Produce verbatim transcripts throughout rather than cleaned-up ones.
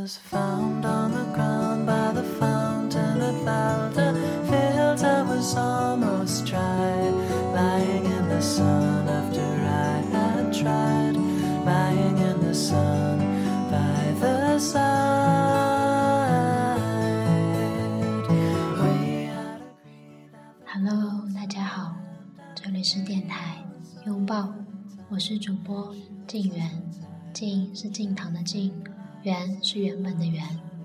was found on the ground by the fountain at Valda Fields. I was almost dry, lying in the sun after I had tried, lying in the sun by the side. Hello， 大家好，这里是电台拥抱，我是主播静媛，静是静堂的静，原是原本的原。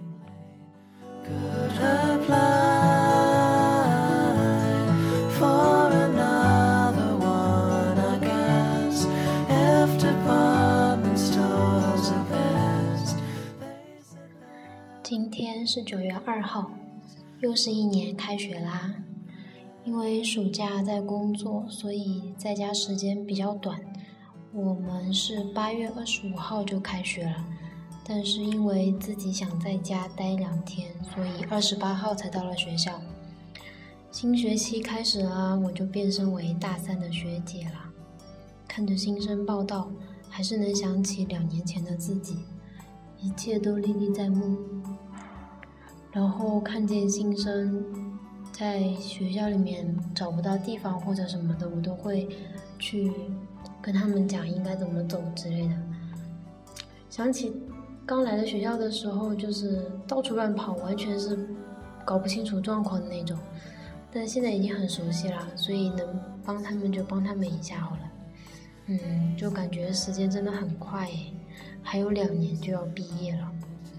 今天是九月二号，又是一年开学啦。因为暑假在工作，所以在家时间比较短。我们是八月二十五号就开学了，但是因为自己想在家待两天，所以二十八号才到了学校。新学期开始啦，我就变身为大三的学姐了。看着新生报到，还是能想起两年前的自己，一切都历历在目。然后看见新生在学校里面找不到地方或者什么的，我都会去跟他们讲应该怎么走之类的。想起刚来的学校的时候，就是到处乱跑，完全是搞不清楚状况的那种，但现在已经很熟悉了，所以能帮他们就帮他们一下好了。嗯，就感觉时间真的很快耶，还有两年就要毕业了。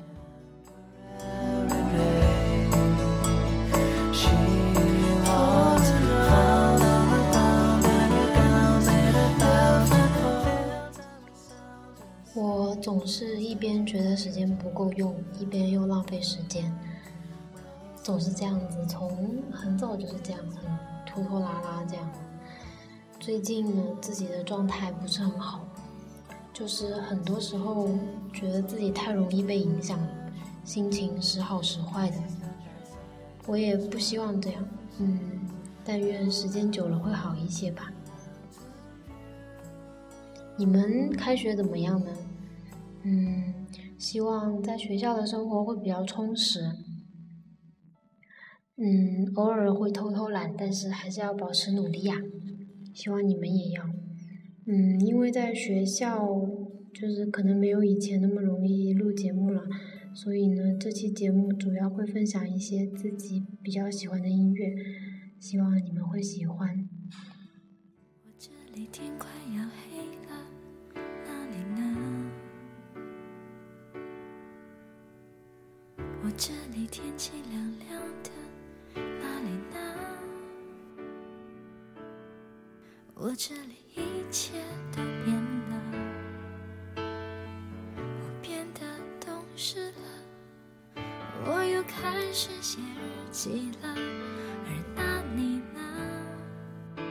我总是一边觉得时间不够用，一边又浪费时间，总是这样子，从很早就是这样，很拖拖拉拉这样。最近呢，自己的状态不是很好，就是很多时候觉得自己太容易被影响，心情时好时坏的。我也不希望这样，嗯，但愿时间久了会好一些吧。你们开学怎么样呢？嗯，希望在学校的生活会比较充实。嗯，偶尔会偷偷懒，但是还是要保持努力呀。希望你们也要。嗯，因为在学校就是可能没有以前那么容易录节目了，所以呢，这期节目主要会分享一些自己比较喜欢的音乐，希望你们会喜欢。 我这里天快要黑了，哪里呢？我这里天气凉凉的，哪里呢？我这里一切都变了，我变得懂事了，我又开始写日记了，而那你呢？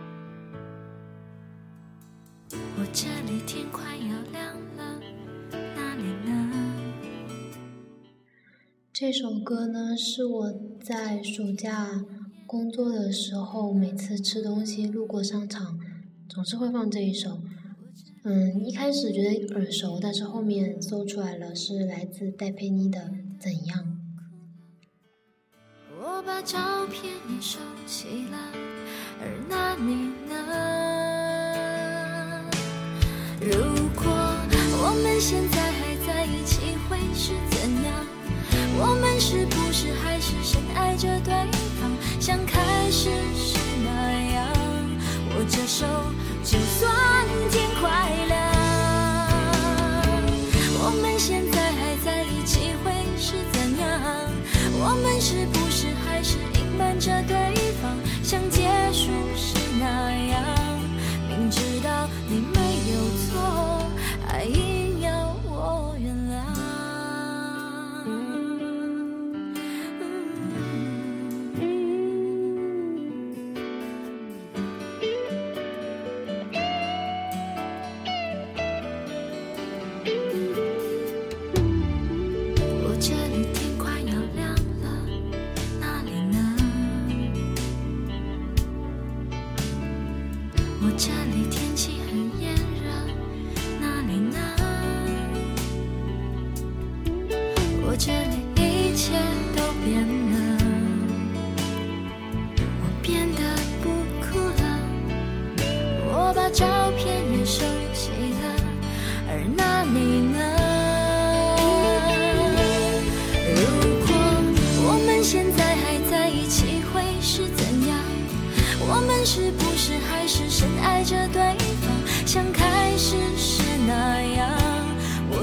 我这里天快要亮了，哪里呢？ 这首歌呢，是我在暑假工作的时候，每次吃东西路过商场，总是会放这一首。嗯，一开始觉得耳熟，但是后面搜出来了，是来自戴佩妮的《怎样》。 我把照片也收起了，而那你呢？如果我们现在还在一起，会是怎样？我们是不是还是深爱着对方，像开始时那样，握着手就算天快亮。我们现在还在一起会是怎样？我们是不是还是隐瞒着对方，像结束时那样，明知道你没有错，还硬要我原谅。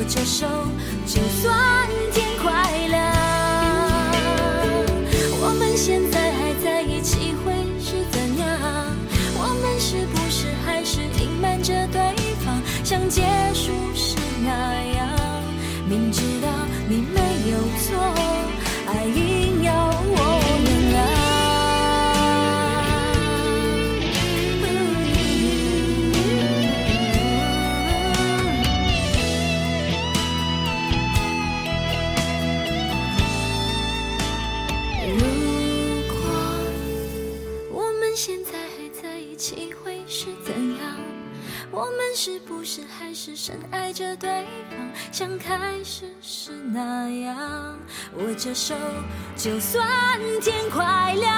握着手，就算天快亮。我们现在还在一起会是怎样？我们是不是还是隐瞒着对方，像结束时那样？明知道你没有错，爱硬要我原谅。我们是不是还是深爱着对方，像开始时那样？握着手，就算天快亮。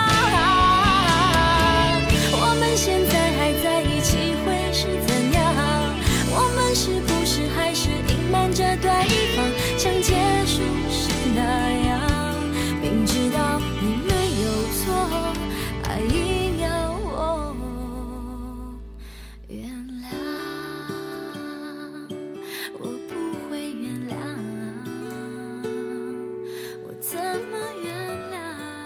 我们现在还在一起会是怎样？我们是不是还是隐瞒着对方，像结束时那样？明知道你没有错，爱硬要我原谅。我不会原谅，我怎么原谅？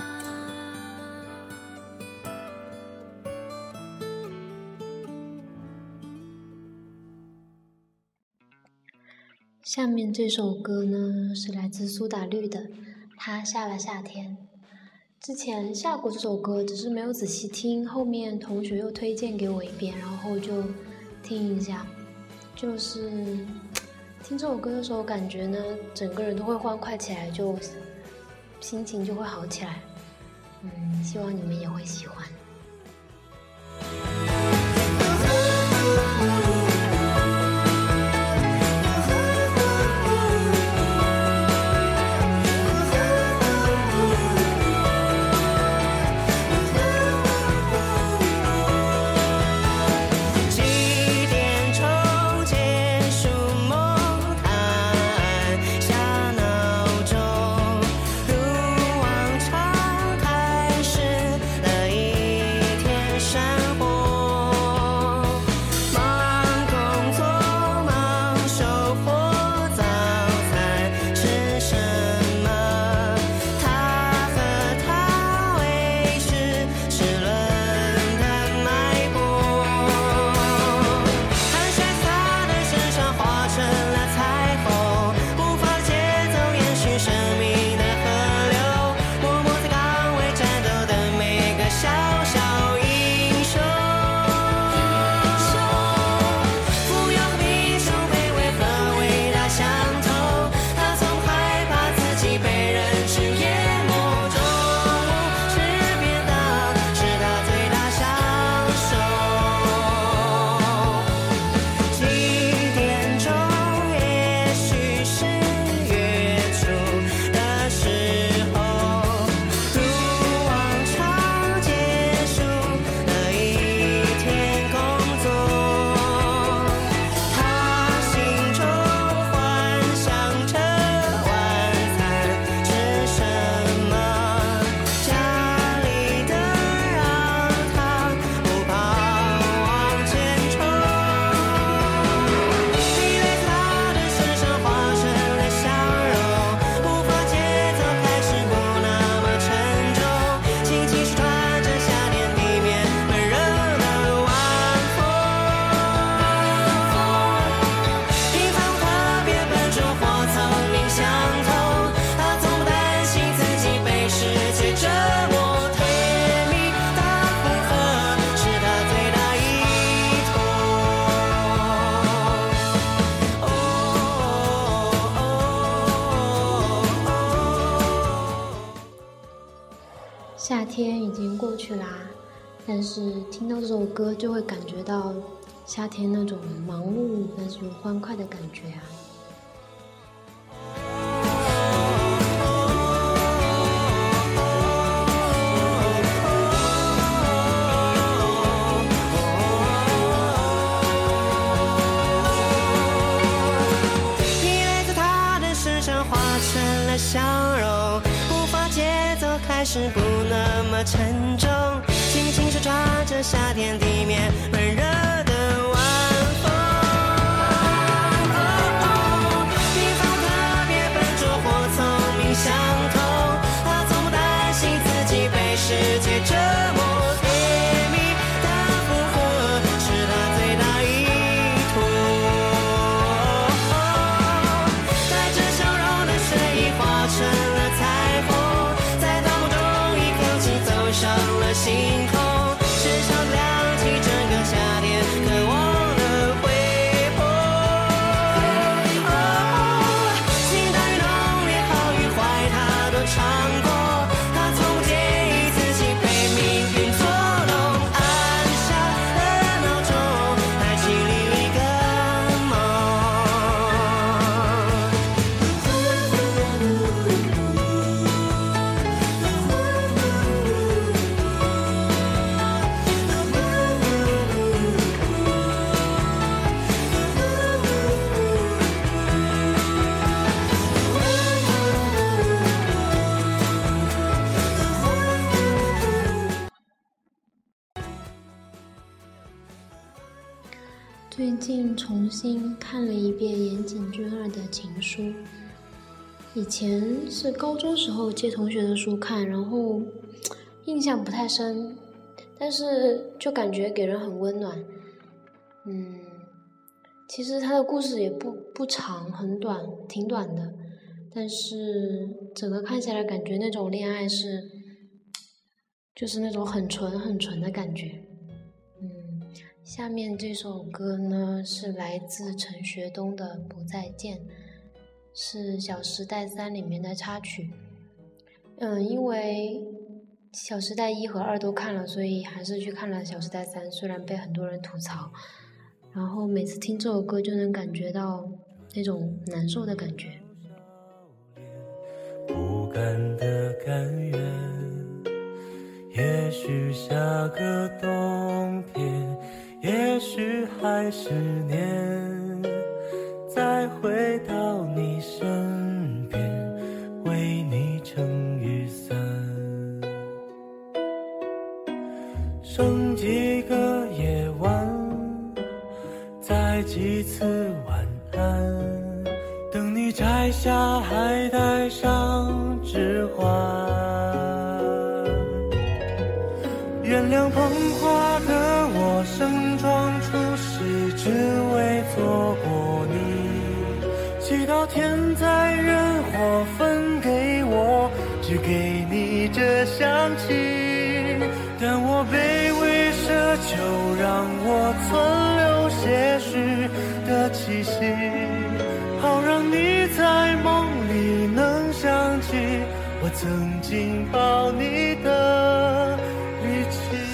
下面这首歌呢，是来自苏打绿的《他下了夏天》。之前下过这首歌，只是没有仔细听，后面同学又推荐给我一遍，然后就听一下。就是听这首歌的时候，感觉呢，整个人都会欢快起来，就心情就会好起来。嗯，希望你们也会喜欢。夏天已经过去啦，但是听到这首歌就会感觉到夏天那种忙碌但是又欢快的感觉啊。 你来自他的身上化成了笑容，步伐节奏开始不那么沉重，轻轻手抓着夏天地面温热的晚风。哦哦， 最近重新看了一遍岩井俊二的情书，以前是高中时候借同学的书看，然后印象不太深，但是就感觉给人很温暖。嗯，其实他的故事也不不长，很短，挺短的，但是整个看下来感觉那种恋爱是就是那种很纯很纯的感觉。嗯，下面这首歌呢是来自陈学冬的《不再见》，是《小时代三》里面的插曲。嗯，因为《小时代一》和二都看了，所以还是去看了《小时代三》，虽然被很多人吐槽，然后每次听这首歌就能感觉到那种难受的感觉。 不甘的甘愿，也许下个冬天，也许还是年，再回到你身边，为你撑雨伞。剩几个夜晚，再几次晚安，等你摘下还带上指环。原谅捧花的我盛装出席，只为错过你。祈祷天灾人祸分给我，只给你这香气。但我卑微奢求，让我存留些许的气息，好让你在梦里能想起我曾经抱你的力气。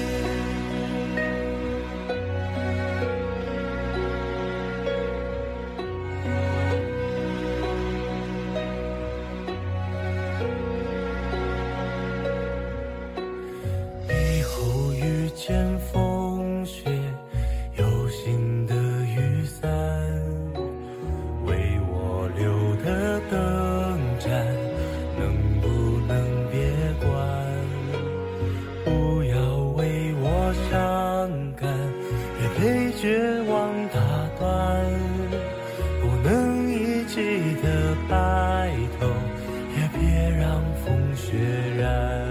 以后遇见风雪，有新的雨伞，为我留的灯盏能不能别关？不要为我伤感，也被绝望打断。不能一起的白头，也别让风雪染。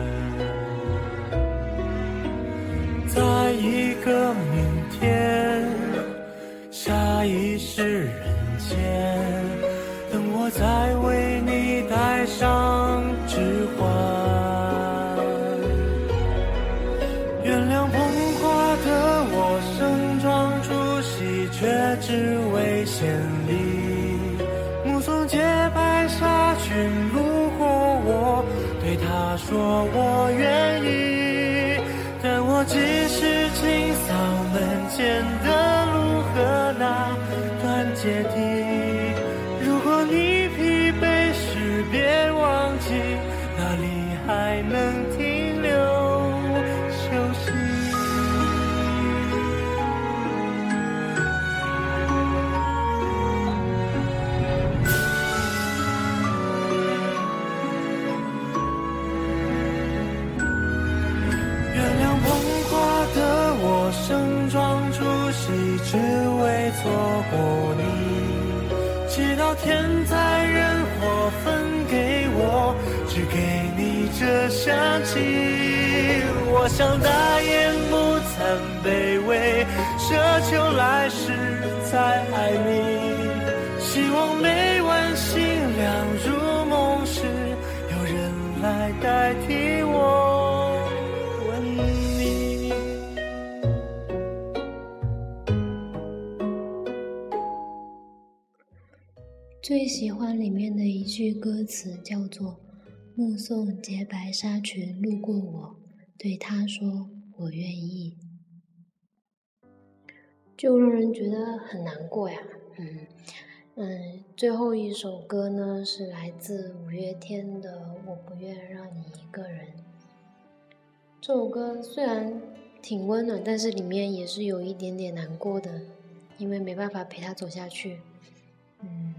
在一个明天，下一世人间，等我再为你戴上指环。原谅捧花的我盛装出席，却只为献礼。目送洁白纱裙路过我，对她说我愿意。但我只是清扫门前的路和那段阶梯。如果你疲惫时别忘记，哪里还能停留休息。盛装出席，只为错过你。祈祷天灾人祸分给我，只给你这香气。我想大言不惭卑微，奢求来世再爱你。希望每晚星亮入梦时，有人来代替我吻你。 最喜欢里面的一句歌词叫做目送洁白纱裙路过我，对他说我愿意，就让人觉得很难过呀。嗯嗯，最后一首歌呢是来自五月天的我不愿让你一个人。这首歌虽然挺温暖，但是里面也是有一点点难过的，因为没办法陪他走下去。嗯，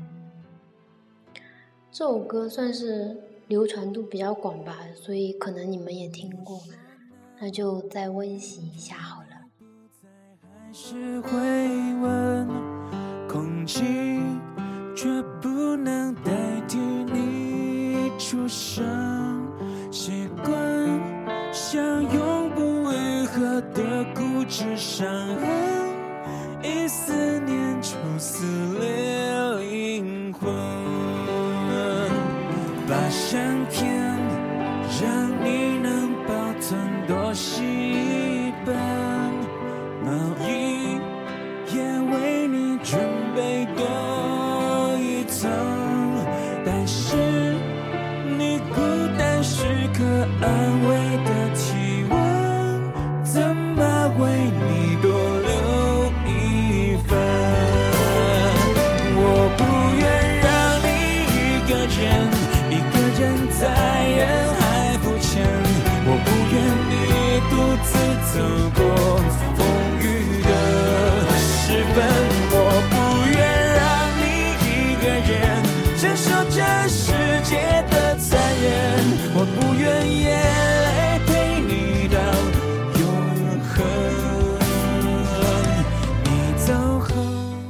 这首歌算是流传度比较广吧，所以可能你们也听过，那就再温习一下好了。 还是会问，空气却不能代替你出声，习惯像永不愈合的固执伤痕，一思念就撕裂灵魂，把相片让你能保存多细一本，毛衣也为你准备多一层，但是你孤单时刻安慰的体温，怎么为你多留一份？我不愿让你一个人一个人在人海浮沉，我不愿你独自走过风雨的时分，我不愿让你一个人承受这世界的残忍，我不愿眼泪陪你到永恒，你走后。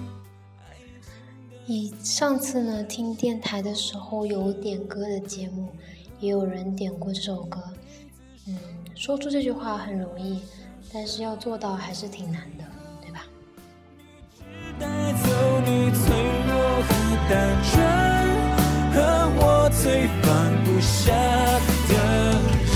以上次呢听电台的时候有点歌的节目，也有人点过这首歌。嗯，说出这句话很容易，但是要做到还是挺难的，对吧？ 带走你脆弱和单纯，和我最放不下的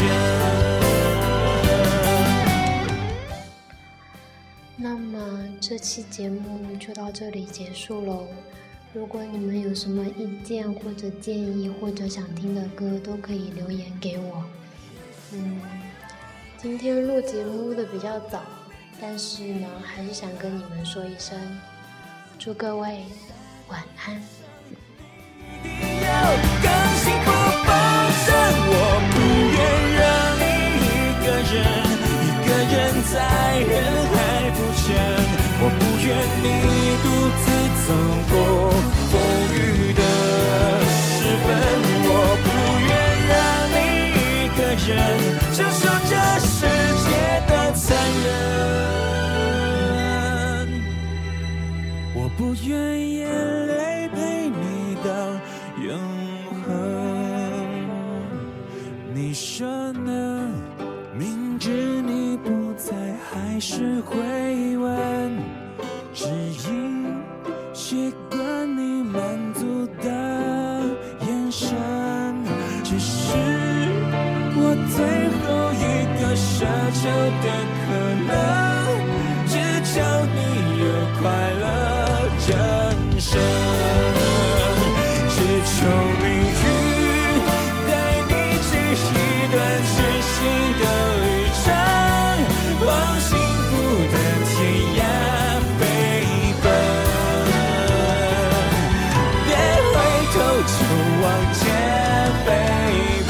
人。 那么这期节目就到这里结束喽。如果你们有什么意见或者建议或者想听的歌，都可以留言给我。嗯，今天录节目录的比较早，但是呢，还是想跟你们说一声，祝各位晚安。 更幸福丰盛，我不愿让你一个人，一个人在人海浮沉，我不愿你独自走过风雨的时分，我不愿让你一个人承受这世界的残忍，我不愿眼泪陪你到永恒，你说呢？明知你不在，还是会问，只因习惯你满足的眼神，只是我最后一个奢求的可能，只求你有快乐人生，只求命运带你去一段全新的旅程，往幸福的天涯飞奔，别回头就往前飞奔。